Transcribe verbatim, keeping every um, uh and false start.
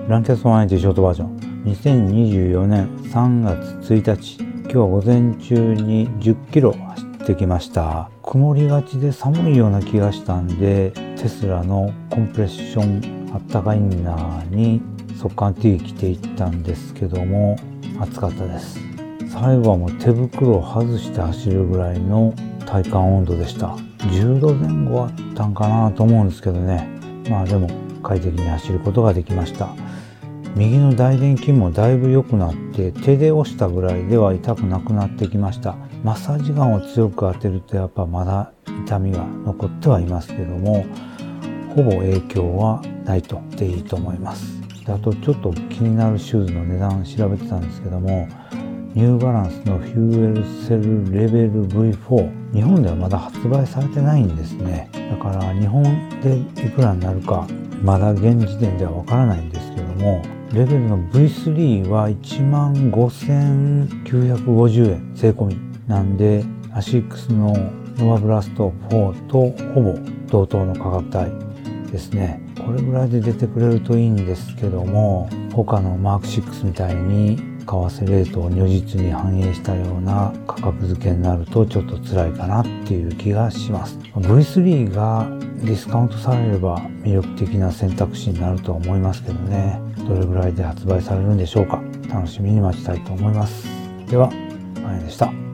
ランキャスト毎日ショートバージョンにせんにじゅうよねんさんがつついたち、今日は午前中にじゅっキロ走ってきました。曇りがちで寒いような気がしたんで、テスラのコンプレッションあったかインナーに速乾 T 着ていったんですけども、暑かったです。最後はもう手袋を外して走るぐらいの体感温度でした。じゅうどぜん後あったんかなと思うんですけどね。まあでも快適に走ることができました。右の大臀筋もだいぶ良くなって、手で押したぐらいでは痛くなくなってきました。マッサージガンを強く当てるとやっぱまだ痛みが残ってはいますけども、ほぼ影響はないと言っていいと思います。であとちょっと気になるシューズの値段調べてたんですけども、ニューバランスのフューエルセルレベル ブイフォー、 日本ではまだ発売されてないんですね。だから日本でいくらになるかまだ現時点ではわからないんですけども、レベルの ブイスリー はいちまんごせんきゅうひゃくごじゅうえん税込みなんで、アシックスのノアブラストフォーとほぼ同等の価格帯ですね。これぐらいで出てくれるといいんですけども、他のマークシックスみたいに為替レートを如実に反映したような価格付けになるとちょっと辛いかなっていう気がします。 ブイスリー がディスカウントされれば魅力的な選択肢になると思いますけどね。どれぐらいで発売されるんでしょうか。楽しみに待ちたいと思います。では、まやでした。